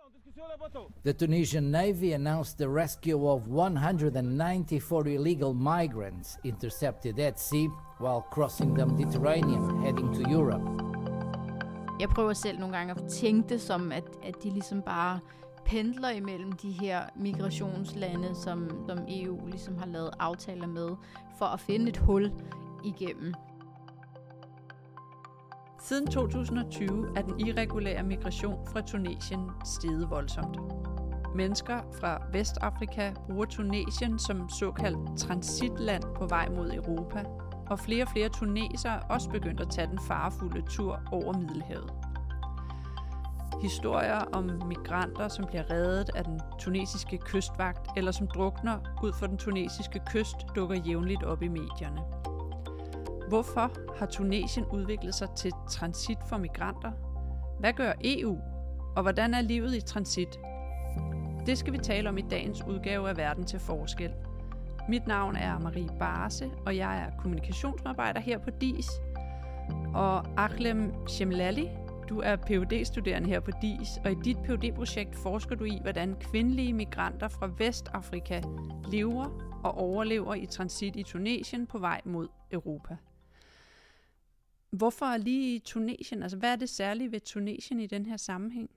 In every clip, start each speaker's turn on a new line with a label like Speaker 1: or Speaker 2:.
Speaker 1: The Tunisian Navy announced the rescue of 194 illegal migrants intercepted at sea while crossing the Mediterranean, heading to Europe.
Speaker 2: Jeg prøver selv nogle gange at tænke det som, at de ligesom bare pendler imellem de her migrationslande, som EU ligesom har lavet aftaler med, for at finde et hul igennem.
Speaker 3: Siden 2020 er den irregulære migration fra Tunesien steget voldsomt. Mennesker fra Vestafrika bruger Tunesien som såkaldt transitland på vej mod Europa, og flere tunesere er også begyndt at tage den farefulde tur over Middelhavet. Historier om migranter, som bliver reddet af den tunesiske kystvagt, eller som drukner ud for den tunesiske kyst, dukker jævnligt op i medierne. Hvorfor har Tunesien udviklet sig til transit for migranter? Hvad gør EU? Og hvordan er livet i transit? Det skal vi tale om i dagens udgave af Verden til Forskel. Mit navn er Marie Barse, og jeg er kommunikationsmedarbejder her på DIS. Og Akhlem Shemlali, du er Ph.D.-studerende her på DIS, og i dit Ph.D.-projekt forsker du i, hvordan kvindelige migranter fra Vestafrika lever og overlever i transit i Tunesien på vej mod Europa. Hvorfor lige i Tunesien? Altså, hvad er det særlige ved Tunesien i den her sammenhæng?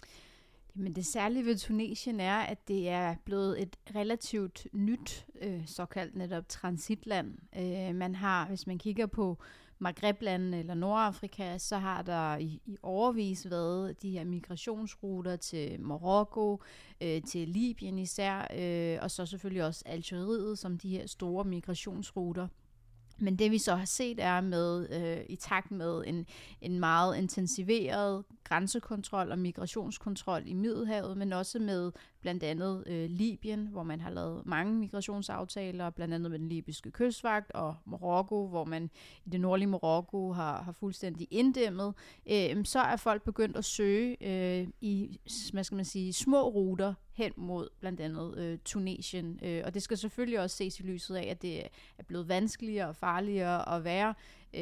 Speaker 2: Men det særlige ved Tunesien er, at det er blevet et relativt nyt, såkaldt netop transitland. Man har, hvis man kigger på Maghreb-landene eller Nordafrika, så har der i årevis været de her migrationsruter til Marokko, til Libyen især, og så selvfølgelig også Algeriet som de her store migrationsruter. Men det vi så har set er med i takt med en meget intensiveret grænsekontrol og migrationskontrol i Middelhavet, men også med blandt andet Libyen, hvor man har lavet mange migrationsaftaler, blandt andet med den libyske kystvagt, og Marokko, hvor man i det nordlige Marokko har fuldstændig inddæmmet, så er folk begyndt at søge i, hvad skal man sige, små ruter hen mod blandt andet Tunesien. Og det skal selvfølgelig også ses i lyset af, at det er blevet vanskeligere og farligere at være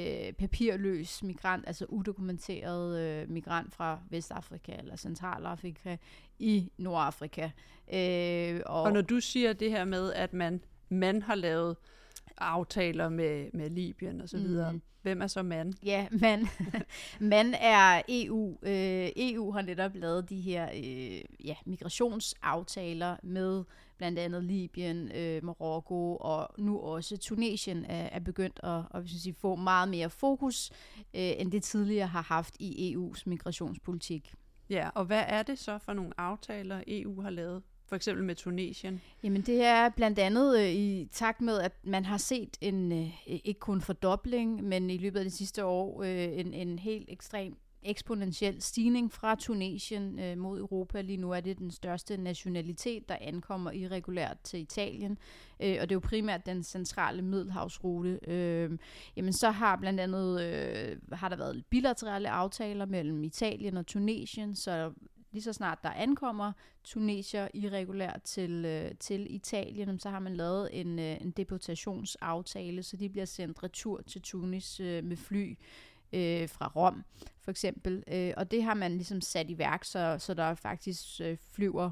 Speaker 2: papirløs migrant, altså udokumenteret migrant fra Vestafrika eller Centralafrika i Nordafrika.
Speaker 3: Og når du siger det her med, at man har lavet aftaler med Libyen og så videre, hvem er så man?
Speaker 2: Ja, man er EU. EU har netop lavet de her migrationsaftaler med blandt andet Libyen, Marokko og nu også Tunesien er begyndt at få meget mere fokus, end det tidligere har haft i EU's migrationspolitik.
Speaker 3: Ja, og hvad er det så for nogle aftaler, EU har lavet? For eksempel med Tunesien?
Speaker 2: Jamen det er blandt andet i takt med, at man har set en ikke kun fordobling, men i løbet af de sidste år en helt ekstrem eksponentiel stigning fra Tunesien mod Europa. Lige nu er det den største nationalitet, der ankommer irregulært til Italien, og det er jo primært den centrale middelhavsrute. Jamen så har blandt andet har der været bilaterale aftaler mellem Italien og Tunesien, så lige så snart der ankommer tunesier irregulært til Italien, så har man lavet en deportationsaftale, så de bliver sendt retur til Tunis med fly fra Rom, for eksempel. Og det har man ligesom sat i værk, så der faktisk flyver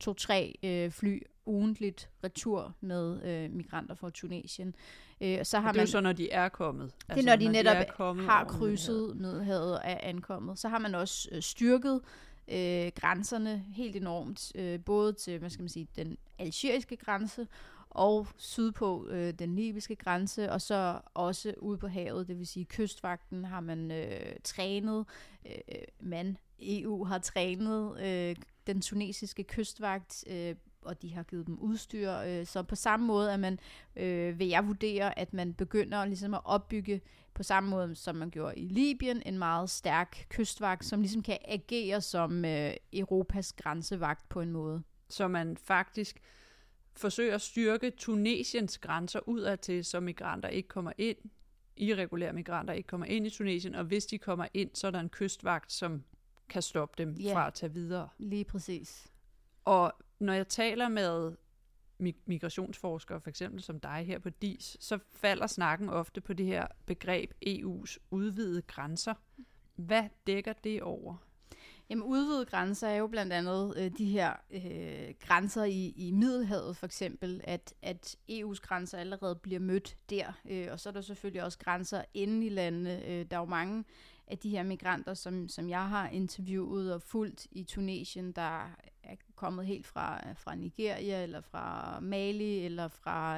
Speaker 2: 2-3 fly ugentligt retur med migranter fra Tunesien. Så har
Speaker 3: det er jo så, når de er kommet.
Speaker 2: Det er, når de netop har krydset Middelhavet og er ankommet. Så har man også styrket grænserne helt enormt, både til, hvad skal man sige, den algeriske grænse og sydpå den libyske grænse, og så også ude på havet, det vil sige kystvagten har man trænet, EU har trænet den tunesiske kystvagt, og de har givet dem udstyr. Så på samme måde er man, vil jeg vurdere, at man begynder ligesom at opbygge på samme måde, som man gjorde i Libyen, en meget stærk kystvagt, som ligesom kan agere som Europas grænsevagt på en måde.
Speaker 3: Så man faktisk forsøger at styrke Tunesiens grænser udadtil, så migranter ikke kommer ind, irregulære migranter ikke kommer ind i Tunesien, og hvis de kommer ind, så er der en kystvagt, som kan stoppe dem fra at tage videre.
Speaker 2: Lige præcis.
Speaker 3: Og når jeg taler med migrationsforskere, for eksempel som dig her på DIS, så falder snakken ofte på det her begreb EU's udvidede grænser. Hvad dækker det over?
Speaker 2: Jamen udvidede grænser er jo blandt andet de her grænser i Middelhavet for eksempel, at EU's grænser allerede bliver mødt der, og så er der selvfølgelig også grænser inde i landene. Der er jo mange af de her migranter, som jeg har interviewet og fulgt i Tunesien, der er kommet helt fra Nigeria, eller fra Mali, eller fra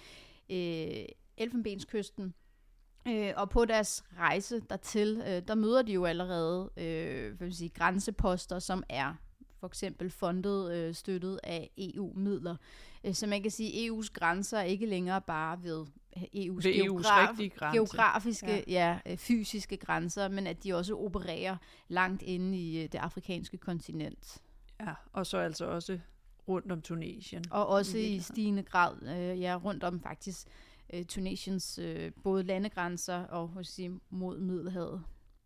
Speaker 2: Elfenbenskysten. Og på deres rejse dertil, der møder de jo allerede grænseposter, som er for eksempel fundet, støttet af EU-midler. Så man kan sige, at EU's grænser er ikke længere bare ved EU's geografiske, fysiske grænser, men at de også opererer langt inde i det afrikanske kontinent.
Speaker 3: Ja, og så altså også rundt om Tunesien.
Speaker 2: Og også i stigende grad, rundt om faktisk Tunesiens både landegrænser og mod Middelhavet.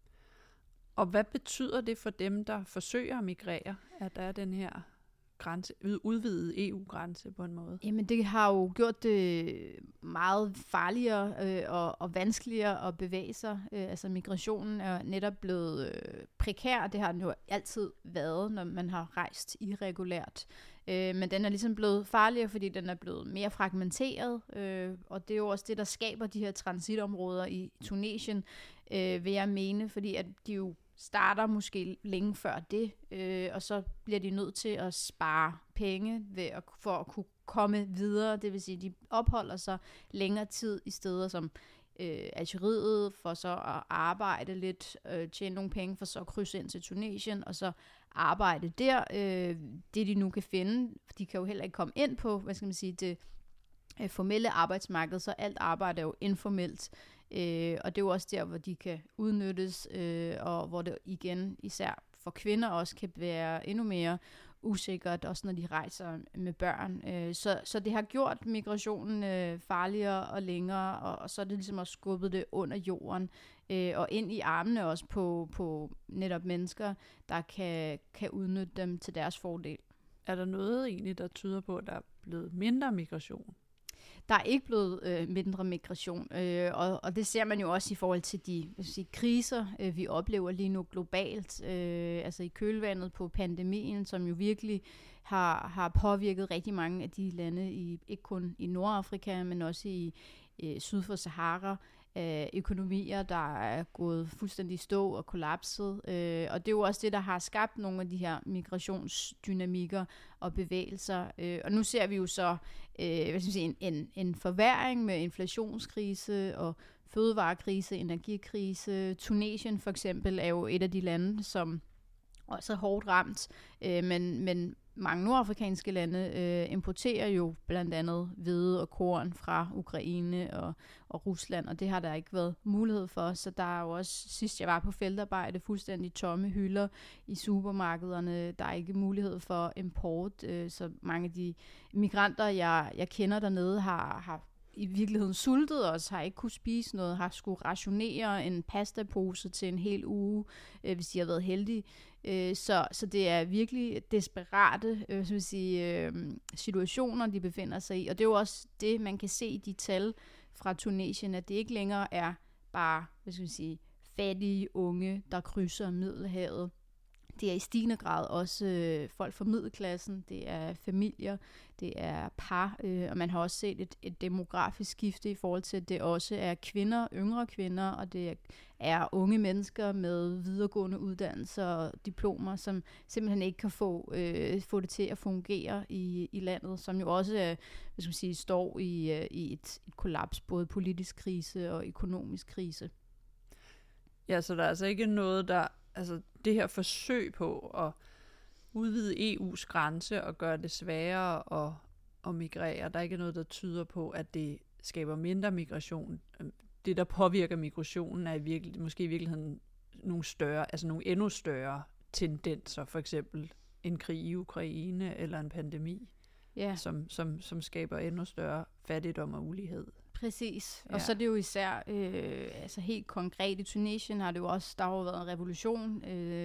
Speaker 3: Og hvad betyder det for dem, der forsøger at migrere, at der er den her udvidede EU-grænse på en måde?
Speaker 2: Jamen det har jo gjort det meget farligere og vanskeligere at bevæge sig. Altså migrationen er netop blevet prekær, det har den jo altid været, når man har rejst irregulært. Men den er ligesom blevet farligere, fordi den er blevet mere fragmenteret, og det er jo også det, der skaber de her transitområder i Tunesien, vil jeg mene, fordi at de jo starter måske længe før det, og så bliver de nødt til at spare penge for at kunne komme videre. Det vil sige, at de opholder sig længere tid i steder som Algeriet, for så at arbejde lidt, tjene nogle penge, for så at krydse ind til Tunesien, og så arbejde der, det de nu kan finde. De kan jo heller ikke komme ind på, det formelle arbejdsmarked, så alt arbejde er jo informelt. Og det er jo også der, hvor de kan udnyttes, og hvor det igen, især for kvinder, også kan være endnu mere usikkert, også når de rejser med børn. Så det har gjort migrationen farligere og længere, og så er det ligesom også skubbet det under jorden, og ind i armene også på netop mennesker, der kan udnytte dem til deres fordel.
Speaker 3: Er der noget egentlig, der tyder på, at der er blevet mindre migration?
Speaker 2: Der er ikke blevet mindre migration, og det ser man jo også i forhold til de kriser, vi oplever lige nu globalt, altså i kølvandet på pandemien, som jo virkelig har påvirket rigtig mange af de lande, ikke kun i Nordafrika, men også i syd for Sahara, økonomier, der er gået fuldstændig stå og kollapset. Og det er jo også det, der har skabt nogle af de her migrationsdynamikker og bevægelser. Og nu ser vi jo så en forværring med inflationskrise og fødevarekrise, energikrise. Tunesien for eksempel er jo et af de lande, som også er hårdt ramt, men mange nordafrikanske lande importerer jo blandt andet hvede og korn fra Ukraine og Rusland, og det har der ikke været mulighed for. Så der er jo også, sidst jeg var på feltarbejde, fuldstændig tomme hylder i supermarkederne. Der er ikke mulighed for import, så mange af de migranter, jeg kender dernede, har i virkeligheden sultet os, har ikke kunne spise noget, har skulle rationere en pastapose til en hel uge, hvis de har været heldige. Så det er virkelig desperate situationer, de befinder sig i. Og det er jo også det, man kan se i de tal fra Tunesien, at det ikke længere er bare fattige unge, der krydser Middelhavet. Det er i stigende grad også folk fra middelklassen, det er familier, det er par, og man har også set et demografisk skifte i forhold til, at det også er kvinder, yngre kvinder, og det er unge mennesker med videregående uddannelser og diplomer, som simpelthen ikke kan få det til at fungere i landet, som jo også står i et kollaps, både politisk krise og økonomisk krise.
Speaker 3: Ja, så der er altså ikke noget, der... Altså det her forsøg på at udvide EU's grænse og gøre det sværere at migrere, der er ikke noget, der tyder på, at det skaber mindre migration. Det, der påvirker migrationen, er måske i virkeligheden nogle endnu større tendenser, for eksempel en krig i Ukraine eller en pandemi, som skaber endnu større fattigdom og ulighed.
Speaker 2: Præcis, og så er det jo især helt konkret i Tunesien har det jo også, der har jo været en revolution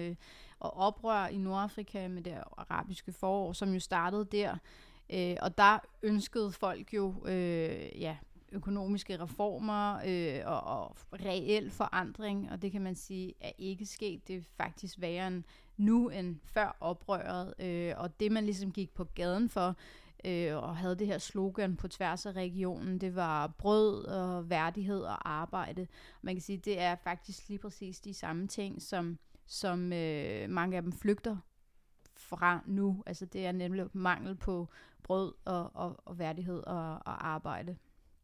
Speaker 2: og oprør i Nordafrika med det arabiske forår, som jo startede der, og der ønskede folk jo økonomiske reformer og reel forandring, og det kan man sige er ikke sket. Det er faktisk værre end nu end før oprøret, og det man ligesom gik på gaden for, og havde det her slogan på tværs af regionen, det var brød og værdighed og arbejde. Man kan sige, det er faktisk lige præcis de samme ting, som mange af dem flygter fra nu. Altså det er nemlig mangel på brød og værdighed og arbejde.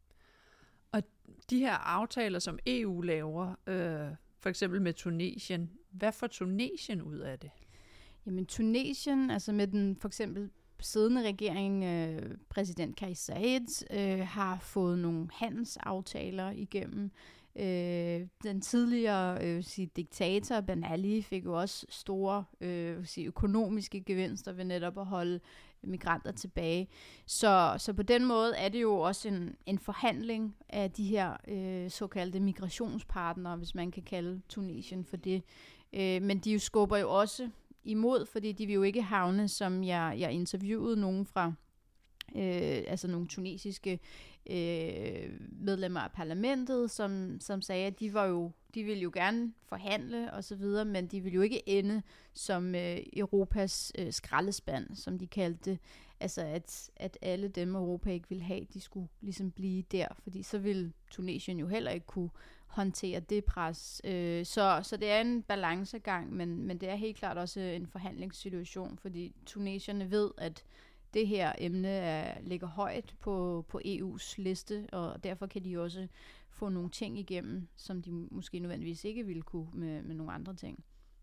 Speaker 3: Og de her aftaler, som EU laver, for eksempel med Tunesien, hvad får Tunesien ud af det?
Speaker 2: Jamen Tunesien, altså med den for eksempel siddende regering, præsident Kais Saied, har fået nogle handelsaftaler igennem. Den tidligere diktator Ben Ali fik jo også store økonomiske gevinster ved netop at holde migranter tilbage. Så på den måde er det jo også en forhandling af de her såkaldte migrationspartnere, hvis man kan kalde Tunesien for det. Men de jo skubber jo også imod, fordi de vil jo ikke havne, som jeg interviewede nogen fra, altså nogle tunesiske medlemmer af parlamentet, som sagde, at de ville jo gerne forhandle og så videre, men de ville jo ikke ende som Europas skraldespand, som de kaldte det. Altså at alle dem Europa ikke ville have, de skulle ligesom blive der, fordi så ville Tunesien jo heller ikke kunne håndtere det pres. Så det er en balancegang, men det er helt klart også en forhandlingssituation, fordi tunesierne ved, at det her emne ligger højt på EU's liste, og derfor kan de også få nogle ting igennem, som de måske nødvendigvis ikke ville kunne med nogle andre ting.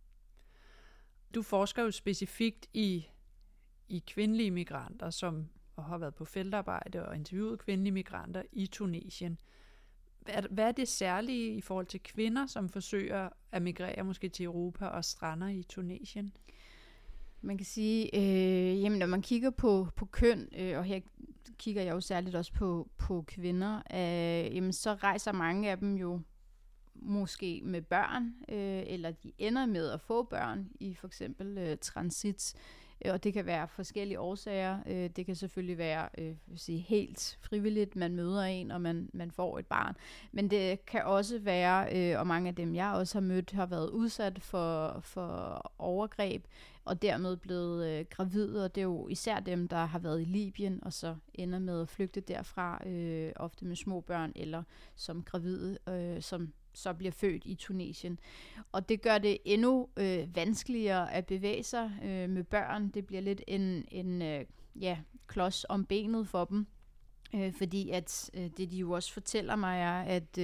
Speaker 3: Du forsker jo specifikt i kvindelige migranter, som har været på feltarbejde og interviewet kvindelige migranter i Tunesien. Hvad er det særlige i forhold til kvinder, som forsøger at migrere måske til Europa og strander i Tunesien?
Speaker 2: Man kan sige, jamen når man kigger på køn, og her kigger jeg jo særligt også på kvinder, jamen så rejser mange af dem jo måske med børn, eller de ender med at få børn i for eksempel transit, og det kan være forskellige årsager. Det kan selvfølgelig være helt frivilligt, man møder en, og man får et barn. Men det kan også være, og mange af dem jeg også har mødt, har været udsat for overgreb, og dermed blevet gravide, og det er jo især dem, der har været i Libyen, og så ender med at flygte derfra, ofte med små børn, eller som gravide, som så bliver født i Tunesien. Og det gør det endnu vanskeligere at bevæge sig med børn. Det bliver lidt en klods om benet for dem, fordi at det de jo også fortæller mig er, at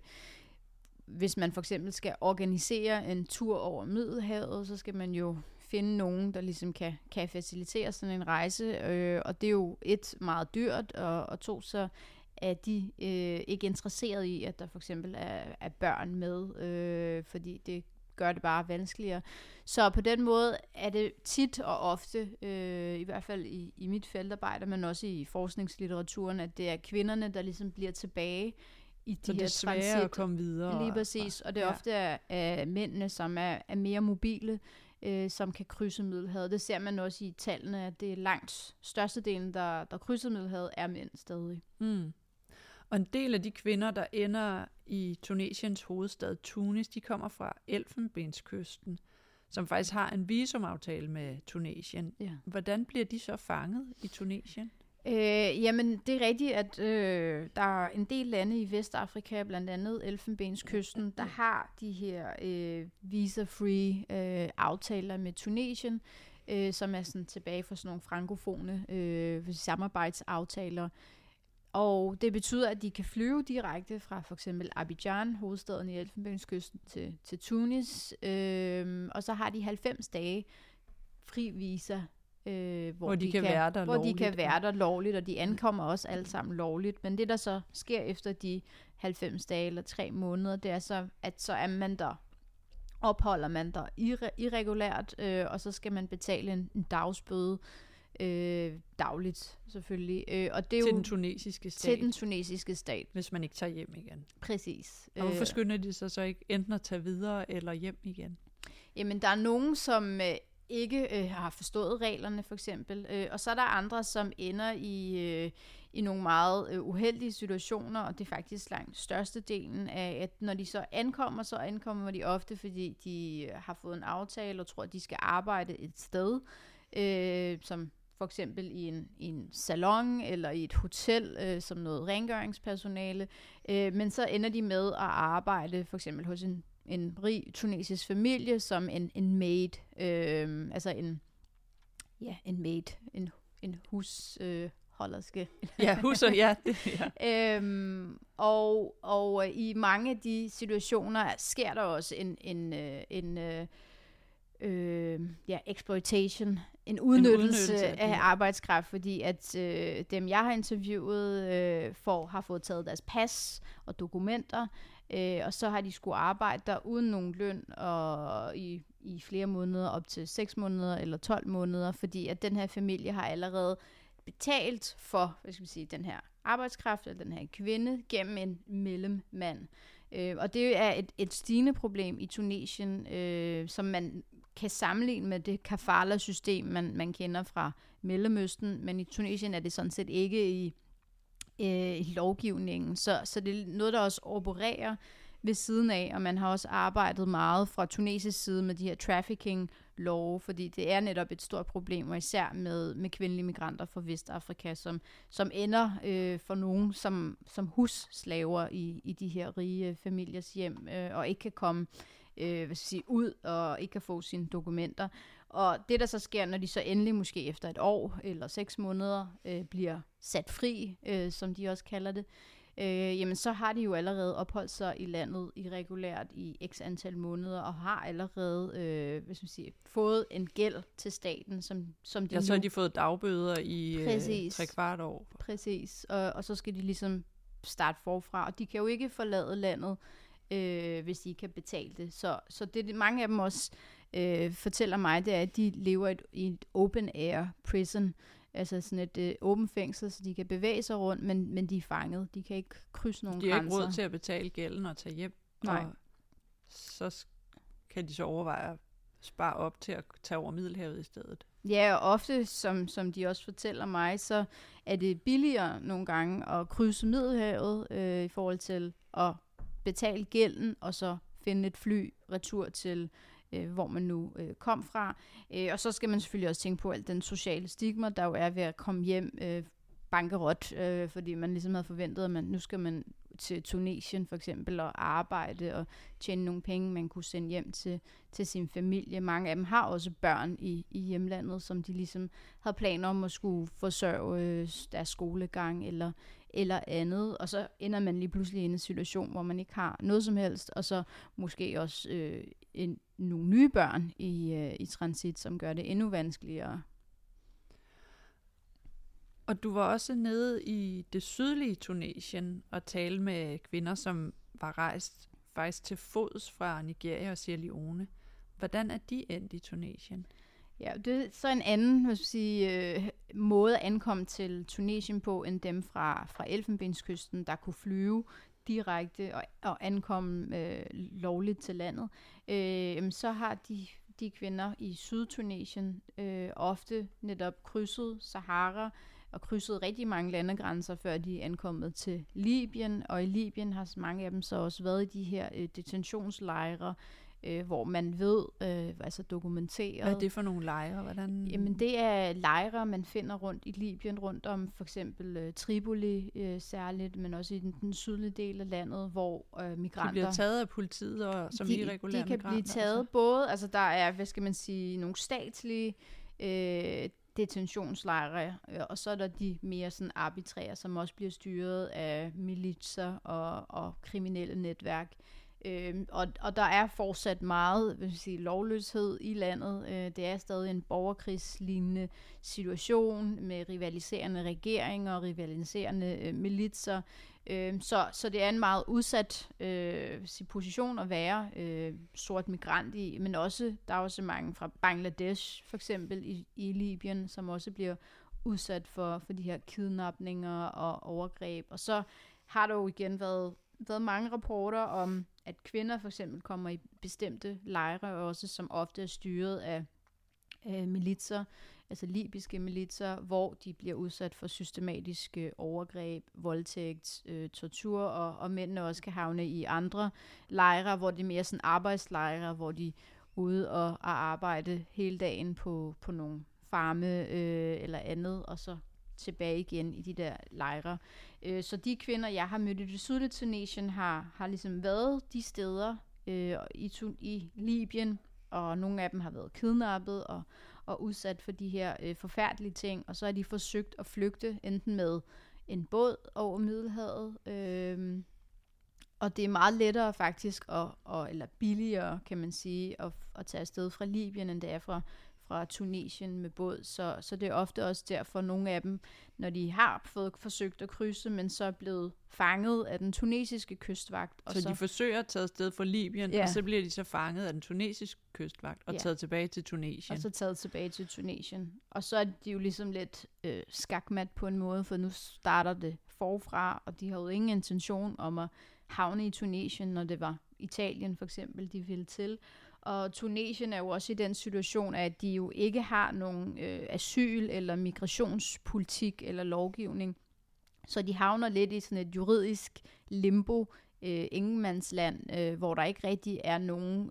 Speaker 2: hvis man for eksempel skal organisere en tur over Middelhavet, så skal man jo finde nogen, der ligesom kan facilitere sådan en rejse, og det er jo meget dyrt, og to, så er de ikke interesseret i, at der for eksempel er børn med, fordi det gør det bare vanskeligere. Så på den måde er det tit og ofte, i hvert fald i mit feltarbejde, men også i forskningslitteraturen, at det er kvinderne, der ligesom bliver tilbage i de her transit. Så det er
Speaker 3: svært at komme videre.
Speaker 2: Lige præcis, og det er ofte er mændene, som er mere mobile, som kan krydse Middelhavet. Det ser man også i tallene, at det er langt størstedelen, der krydser Middelhavet, er mænd stadig.
Speaker 3: Mm. Og en del af de kvinder, der ender i Tunesiens hovedstad Tunis, de kommer fra Elfenbenskysten, som faktisk har en visumaftale med Tunesien. Ja. Hvordan bliver de så fanget i Tunesien?
Speaker 2: Jamen, det er rigtigt, at der er en del lande i Vestafrika, blandt andet Elfenbenskysten, der har de her visa-free aftaler med Tunesien, som er sådan tilbage for sådan nogle frankofone samarbejdsaftaler. Og det betyder, at de kan flyve direkte fra for eksempel Abidjan, hovedstaden i Elfenbenskysten, til Tunis. Og så har de 90 dage fri visa, hvor de kan være der lovligt, og de ankommer også alle sammen lovligt. Men det, der så sker efter de 90 dage eller 3 måneder, det er så, at så er man der, opholder man der irregulært, og så skal man betale en dagsbøde, dagligt selvfølgelig. Og det er
Speaker 3: til den tunesiske stat.
Speaker 2: Til den tunesiske stat.
Speaker 3: Hvis man ikke tager hjem igen.
Speaker 2: Præcis.
Speaker 3: Og hvorfor skynder de sig så ikke enten at tage videre eller hjem igen?
Speaker 2: Jamen, der er nogen, som ikke har forstået reglerne for eksempel. Og så er der andre, som ender i nogle meget uheldige situationer, og det er faktisk langt størstedelen af, at når de så ankommer de ofte, fordi de har fået en aftale og tror, at de skal arbejde et sted, som for eksempel i en salon eller i et hotel som noget rengøringspersonale, men så ender de med at arbejde for eksempel hos en rig tunesisk familie som en maid, altså en maid, en husholderske.
Speaker 3: Ja, huser, ja.
Speaker 2: Ja. Og i mange af de situationer sker der også exploitation, en udnyttelse af arbejdskraft, fordi at dem, jeg har interviewet, har fået taget deres pas og dokumenter, og så har de skulle arbejde der uden nogen løn og i flere måneder, op til 6 måneder eller 12 måneder, fordi at den her familie har allerede betalt for, den her arbejdskraft eller den her kvinde gennem en mellemmand. Og det er et stigende problem i Tunesien, som man kan sammenligne med det kafala-system, man kender fra Mellemøsten, men i Tunesien er det sådan set ikke i lovgivningen. Så det er noget, der også opererer ved siden af, og man har også arbejdet meget fra tunesisk side med de her trafficking-love, fordi det er netop et stort problem, og især med kvindelige migranter fra Vestafrika, som ender for nogen som husslaver i de her rige familiers hjem, og ikke kan komme ud og ikke kan få sine dokumenter. Og det, der så sker, når de så endelig måske efter 1 år eller 6 måneder bliver sat fri, som de også kalder det, jamen så har de jo allerede opholdt sig i landet irregulært i x antal måneder, og har allerede fået en gæld til staten, som de
Speaker 3: så har de fået dagbøder i 3/4 år.
Speaker 2: Præcis, og så skal de ligesom starte forfra, og de kan jo ikke forlade landet, hvis de ikke kan betale det. Så det mange af dem også fortæller mig, det er, at de lever i et open air prison, altså sådan et åbent fængsel, så de kan bevæge sig rundt, men de er fanget. De kan ikke krydse nogen grænser.
Speaker 3: De har ikke råd til at betale gælden og tage hjem.
Speaker 2: Nej.
Speaker 3: Og så kan de så overveje at spare op til at tage over Middelhavet i stedet.
Speaker 2: Ja, og ofte, som de også fortæller mig, så er det billigere nogle gange at krydse Middelhavet i forhold til at betale gælden, og så finde et fly retur til hvor man nu kom fra. Og så skal man selvfølgelig også tænke på alt den sociale stigma, der jo er ved at komme hjem bankerot, fordi man ligesom havde forventet, at nu skal man til Tunesien for eksempel og arbejde og tjene nogle penge, man kunne sende hjem til sin familie. Mange af dem har også børn i hjemlandet, som de ligesom havde planer om at skulle forsørge deres skolegang eller andet, og så ender man lige pludselig i en situation, hvor man ikke har noget som helst, og så måske også nogle nye børn i transit, som gør det endnu vanskeligere.
Speaker 3: Og du var også nede i det sydlige Tunesien og tale med kvinder, som var rejst faktisk til fods fra Nigeria og Sierra Leone. Hvordan er de endt i Tunesien?
Speaker 2: Ja, det er så en anden måde at ankomme til Tunesien på, end dem fra Elfenbenskysten, der kunne flyve direkte og ankomme lovligt til landet. Så har de kvinder i Sydtunesien ofte netop krydset Sahara og krydset rigtig mange landegrænser, før de er ankommet til Libyen. Og i Libyen har mange af dem så også været i de her detentionslejre, hvor man ved, altså dokumenteret.
Speaker 3: Hvad er det for nogle lejre? Hvordan?
Speaker 2: Jamen det er lejre, man finder rundt i Libyen, rundt om for eksempel Tripoli særligt, men også i den sydlige del af landet, hvor migranter...
Speaker 3: De bliver taget af politiet og som irregulære migranter?
Speaker 2: De kan blive taget altså. Både, altså der er, nogle statslige detentionslejre, og så er der de mere sådan arbitrære, som også bliver styret af militser og kriminelle netværk. Og der er fortsat meget lovløshed i landet. Det er stadig en borgerkrigslignende situation med rivaliserende regeringer og rivaliserende militser. Så det er en meget udsat position at være sort migrant i, men også, der er også mange fra Bangladesh for eksempel i Libyen, som også bliver udsat for de her kidnapninger og overgreb. Og så har der jo igen været mange rapporter om, at kvinder for eksempel kommer i bestemte lejre, også som ofte er styret militser, altså libyske militser, hvor de bliver udsat for systematiske overgreb, voldtægt, tortur, og mændene også kan havne i andre lejre, hvor det er mere sådan arbejdslejre, hvor de er ude og arbejde hele dagen på nogle farme eller andet, og så tilbage igen i de der lejre. Så de kvinder, jeg har mødt i det sydlige Tunesien, har ligesom været de steder i Libyen, og nogle af dem har været kidnappet og udsat for de her forfærdelige ting, og så har de forsøgt at flygte, enten med en båd over Middelhavet, og det er meget lettere faktisk, eller billigere, kan man sige, at tage afsted fra Libyen, end det er fra Tunesien med båd. Så det er ofte også derfor, nogle af dem, når de har forsøgt at krydse, men så er blevet fanget af den tunesiske kystvagt. Og
Speaker 3: så de forsøger at tage afsted fra Libyen, og så bliver de så fanget af den tunesiske kystvagt og taget tilbage til Tunesien.
Speaker 2: Og så taget tilbage til Tunesien. Og så er de jo ligesom lidt skakmat på en måde, for nu starter det forfra, og de har jo ingen intention om at havne i Tunesien, når det var Italien for eksempel, de ville til. Og Tunesien er jo også i den situation, at de jo ikke har nogen asyl- eller migrationspolitik eller lovgivning. Så de havner lidt i sådan et juridisk limbo, ingenmandsland, hvor der ikke rigtig er nogen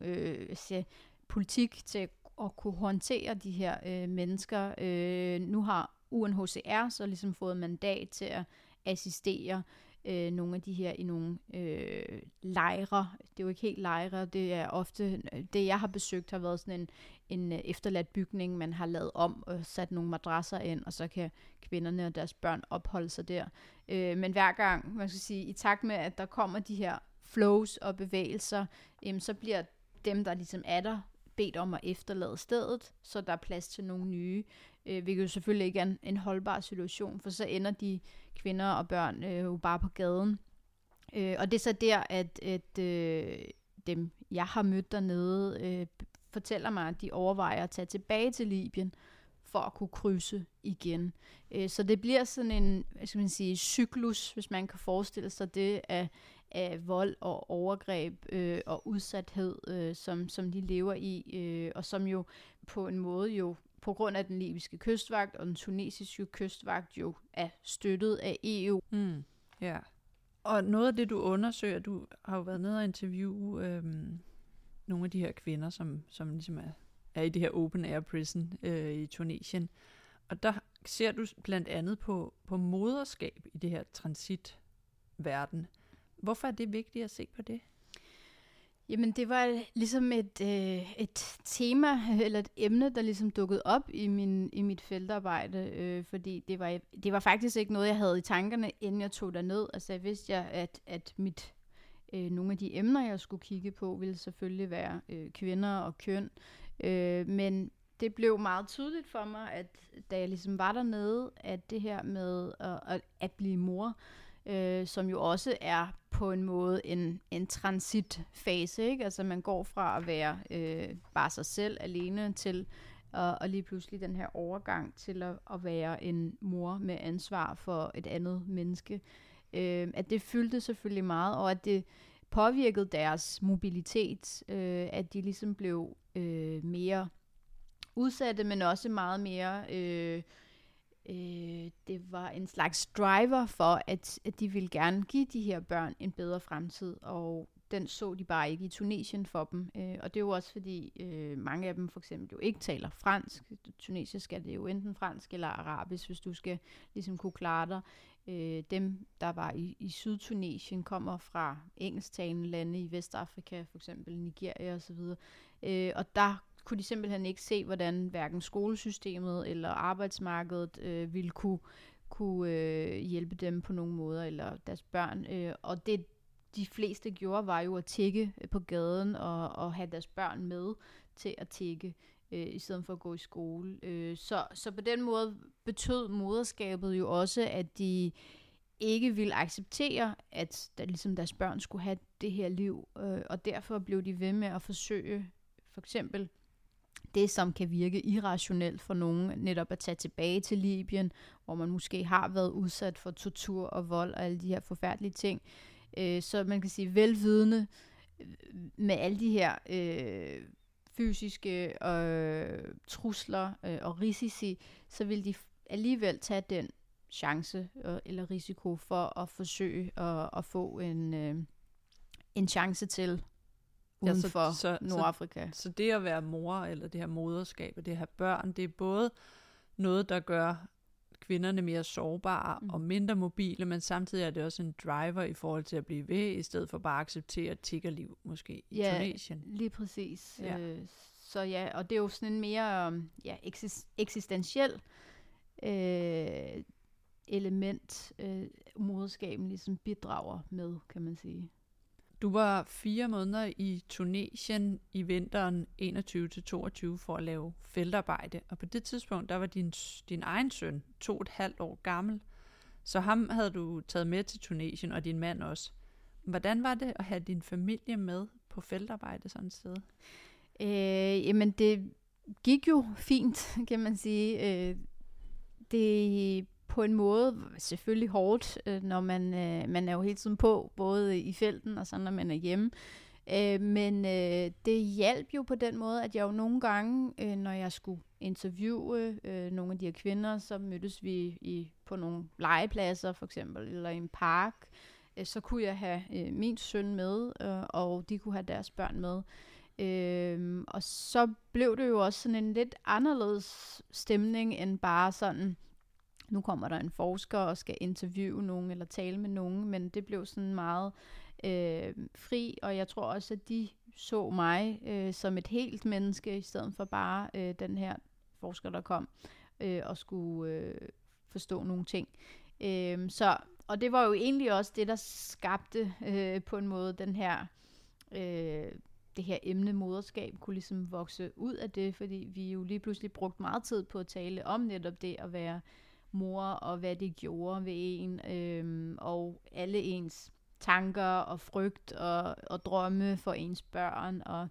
Speaker 2: politik til at kunne håndtere de her mennesker. Nu har UNHCR så ligesom fået mandat til at assistere nogle af de her i nogle lejre. Det er jo ikke helt lejre, det er ofte, det jeg har besøgt har været sådan en efterladt bygning, man har lavet om og sat nogle madrasser ind, og så kan kvinderne og deres børn opholde sig der. Men hver gang, man skal sige, i takt med, at der kommer de her flows og bevægelser, så bliver dem, der ligesom er der, bedt om at efterlade stedet, så der er plads til nogle nye, hvilket jo selvfølgelig ikke er en holdbar situation, for så ender de kvinder og børn jo bare på gaden. Og det er så der, at dem, jeg har mødt dernede, fortæller mig, at de overvejer at tage tilbage til Libyen, for at kunne krydse igen. Så det bliver sådan en, hvad skal man sige, cyklus, hvis man kan forestille sig det, af vold og overgreb og udsathed, som de lever i, og som jo på en måde jo, på grund af den libyske kystvagt og den tunesiske kystvagt, jo er støttet af EU.
Speaker 3: Ja. Og noget af det, du undersøger, du har jo været nede og interviewe nogle af de her kvinder, som ligesom er i det her open air prison i Tunesien. Og der ser du blandt andet på moderskab i det her transitverden. Hvorfor er det vigtigt at se på det?
Speaker 2: Jamen det var ligesom et tema eller et emne, der ligesom dukkede op i mit feltarbejde, fordi det var faktisk ikke noget, jeg havde i tankerne, inden jeg tog derned. Altså jeg vidste, at nogle af de emner, jeg skulle kigge på, ville selvfølgelig være kvinder og køn. Men det blev meget tydeligt for mig, at da jeg ligesom var dernede, at det her med at blive mor, som jo også er på en måde en transitfase, ikke? Altså man går fra at være bare sig selv alene til og lige pludselig den her overgang til at være en mor med ansvar for et andet menneske. At det fyldte selvfølgelig meget, og at det påvirkede deres mobilitet, at de ligesom blev mere udsatte, men også meget mere det var en slags driver for, at de ville gerne give de her børn en bedre fremtid, og den så de bare ikke i Tunesien for dem. Og det er jo også fordi, mange af dem for eksempel jo ikke taler fransk. Tunesisk er det jo enten fransk eller arabisk, hvis du skal ligesom kunne klare dig. Dem, der var i Sydtunesien, kommer fra engelsktalende lande i Vestafrika, for eksempel Nigeria osv. Og der kunne de simpelthen ikke se, hvordan hverken skolesystemet eller arbejdsmarkedet ville kunne hjælpe dem på nogen måder, eller deres børn. Og det de fleste gjorde, var jo at tigge på gaden og have deres børn med til at tigge, i stedet for at gå i skole. Så på den måde betød moderskabet jo også, at de ikke ville acceptere, at ligesom deres børn skulle have det her liv, og derfor blev de ved med at forsøge, for eksempel det, som kan virke irrationelt for nogen, netop at tage tilbage til Libyen, hvor man måske har været udsat for tortur og vold og alle de her forfærdelige ting. Så man kan sige velvidende med alle de her fysiske trusler og risici, så vil de alligevel tage den chance eller risiko for at forsøge at få en chance til uden for Nordafrika.
Speaker 3: Så det at være mor, eller det her moderskab, og det her børn, det er både noget, der gør kvinderne mere sårbare og mindre mobile, men samtidig er det også en driver i forhold til at blive ved, i stedet for bare at acceptere tiggerliv måske i Tunesien.
Speaker 2: Lige præcis. Ja. Så ja, og det er jo sådan en mere eksistentiel element, moderskaben ligesom bidrager med, kan man sige.
Speaker 3: Du var 4 måneder i Tunesien i vinteren 21-22 for at lave feltarbejde, og på det tidspunkt, der var din egen søn 2,5 år gammel, så ham havde du taget med til Tunesien, og din mand også. Hvordan var det at have din familie med på feltarbejde sådan et sted?
Speaker 2: Jamen, det gik jo fint, kan man sige. Det på en måde selvfølgelig hårdt, når man er jo hele tiden på, både i felten og sådan, når man er hjemme. Men det hjalp jo på den måde, at jeg jo nogle gange, når jeg skulle interviewe nogle af de her kvinder, så mødtes vi på nogle legepladser for eksempel, eller i en park. Så kunne jeg have min søn med, og de kunne have deres børn med. Og så blev det jo også sådan en lidt anderledes stemning, end bare sådan, nu kommer der en forsker og skal interviewe nogen eller tale med nogen, men det blev sådan meget fri, og jeg tror også, at de så mig som et helt menneske, i stedet for bare den her forsker, der kom og skulle forstå nogle ting. Og det var jo egentlig også det, der skabte på en måde den her det her emne moderskab kunne ligesom vokse ud af det, fordi vi jo lige pludselig brugte meget tid på at tale om netop det at være mor, og hvad det gjorde ved en, og alle ens tanker og frygt og drømme for ens børn. Og,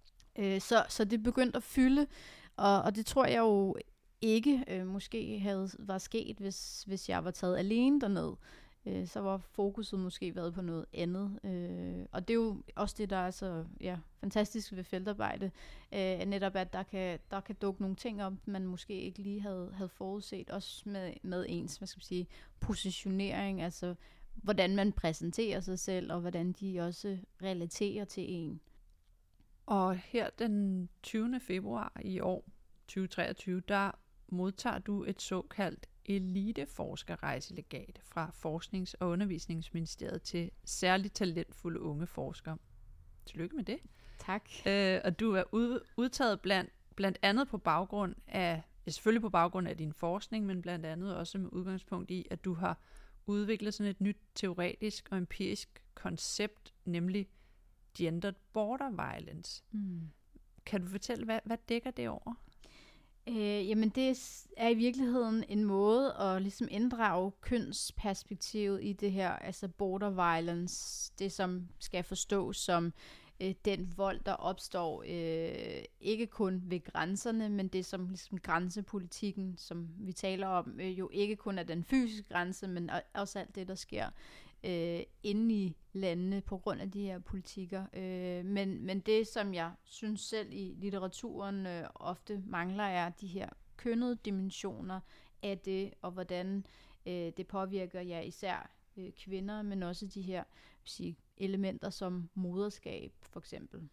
Speaker 2: så det begyndte at fylde, og det tror jeg jo ikke måske var sket, hvis jeg var taget alene derned. Så var fokuset måske været på noget andet. Og det er jo også det, der er så fantastisk ved feltarbejde. Netop at der kan dukke nogle ting op, man måske ikke lige havde forudset. Også med ens, hvad skal man sige, positionering. Altså hvordan man præsenterer sig selv, og hvordan de også relaterer til en.
Speaker 3: Og her den 20. februar i år, 2023, der modtager du et såkaldt eliteforskerrejselegat fra Forsknings- og Undervisningsministeriet til særligt talentfulde unge forskere. Tillykke med det.
Speaker 2: Tak.
Speaker 3: Og du er udtaget blandt andet på baggrund af, selvfølgelig på baggrund af din forskning, men blandt andet også med udgangspunkt i, at du har udviklet sådan et nyt teoretisk og empirisk koncept, nemlig gendered border violence. Kan du fortælle, hvad dækker det over?
Speaker 2: Jamen det er i virkeligheden en måde at ligesom inddrage kønsperspektivet i det her, altså border violence, det som skal forstås som den vold, der opstår ikke kun ved grænserne, men det som ligesom grænsepolitikken, som vi taler om, jo ikke kun er den fysiske grænse, men også alt det, der sker inde i landene på grund af de her politikker. Men det, som jeg synes selv i litteraturen ofte mangler, er de her kønnede dimensioner af det, og hvordan det påvirker især kvinder, men også de her elementer som moderskab, for eksempel.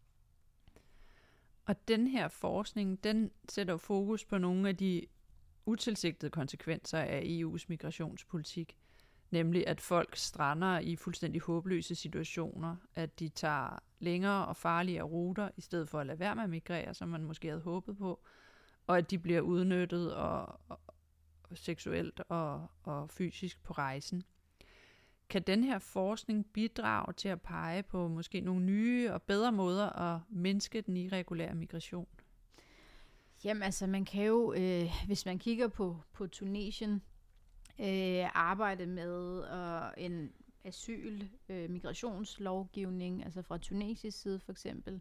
Speaker 3: Og den her forskning, den sætter fokus på nogle af de utilsigtede konsekvenser af EU's migrationspolitik. Nemlig at folk strander i fuldstændig håbløse situationer, at de tager længere og farligere ruter, i stedet for at lade være med at migrere, som man måske havde håbet på, og at de bliver udnyttet og seksuelt og fysisk på rejsen. Kan den her forskning bidrage til at pege på måske nogle nye og bedre måder at mindske den irregulære migration?
Speaker 2: Jamen altså, man kan jo, hvis man kigger på Tunesien, arbejde med en migrationslovgivning, altså fra tunesisk side for eksempel,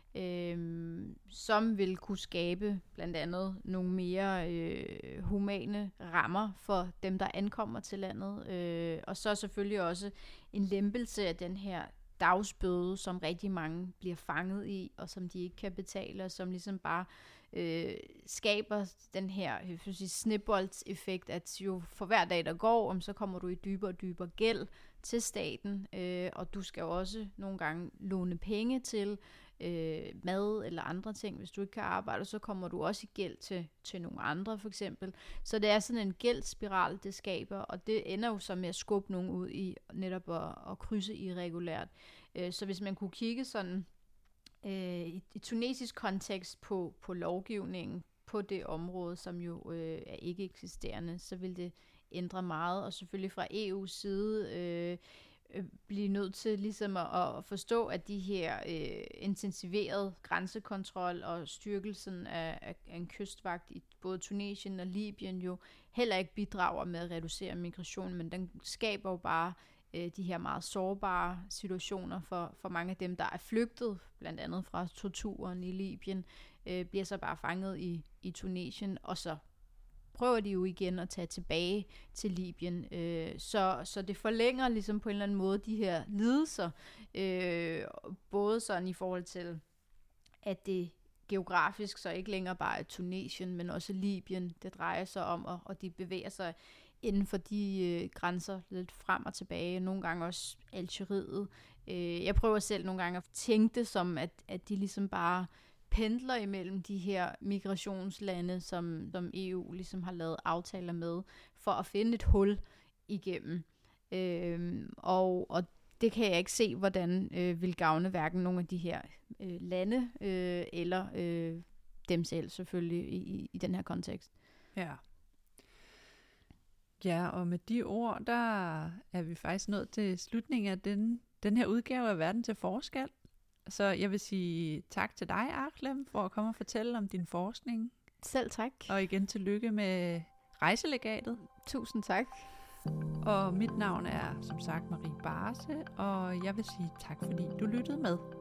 Speaker 2: som vil kunne skabe blandt andet nogle mere humane rammer for dem, der ankommer til landet, og så selvfølgelig også en lempelse af den her dagsbøde, som rigtig mange bliver fanget i, og som de ikke kan betale, og som ligesom bare skaber den her snibboldseffekt, at jo for hver dag, der går, så kommer du i dybere og dybere gæld til staten, og du skal jo også nogle gange låne penge til mad eller andre ting. Hvis du ikke kan arbejde, så kommer du også i gæld til nogle andre, for eksempel. Så det er sådan en gældsspiral, det skaber, og det ender jo så med at skubbe nogen ud i netop at krydse irregulært. Så hvis man kunne kigge sådan i tunesisk kontekst på lovgivningen på det område, som jo er ikke eksisterende, så vil det ændre meget, og selvfølgelig fra EU's side blive nødt til ligesom at forstå, at de her intensiverede grænsekontrol og styrkelsen af en kystvagt i både Tunesien og Libyen jo heller ikke bidrager med at reducere migration, men den skaber jo bare de her meget sårbare situationer for mange af dem, der er flygtet, blandt andet fra torturen i Libyen, bliver så bare fanget i Tunesien, og så prøver de jo igen at tage tilbage til Libyen. Så det forlænger ligesom på en eller anden måde de her lidelser, både sådan i forhold til, at det geografisk så ikke længere bare er Tunesien, men også Libyen, det drejer sig om, og de bevæger sig inden for de grænser lidt frem og tilbage, nogle gange også Algeriet. Jeg prøver selv nogle gange at tænke det som, at de ligesom bare pendler imellem de her migrationslande, som EU ligesom har lavet aftaler med, for at finde et hul igennem. Og det kan jeg ikke se, hvordan vil gavne hverken nogle af de her lande, eller dem selv selvfølgelig i den her kontekst.
Speaker 3: Ja. Ja, og med de ord, der er vi faktisk nået til slutningen af den her udgave af Verden til Forskel. Så jeg vil sige tak til dig, Akhlem, for at komme og fortælle om din forskning.
Speaker 2: Selv tak.
Speaker 3: Og igen tillykke med rejselegatet.
Speaker 2: Tusind tak.
Speaker 3: Og mit navn er som sagt Marie Barse, og jeg vil sige tak, fordi du lyttede med.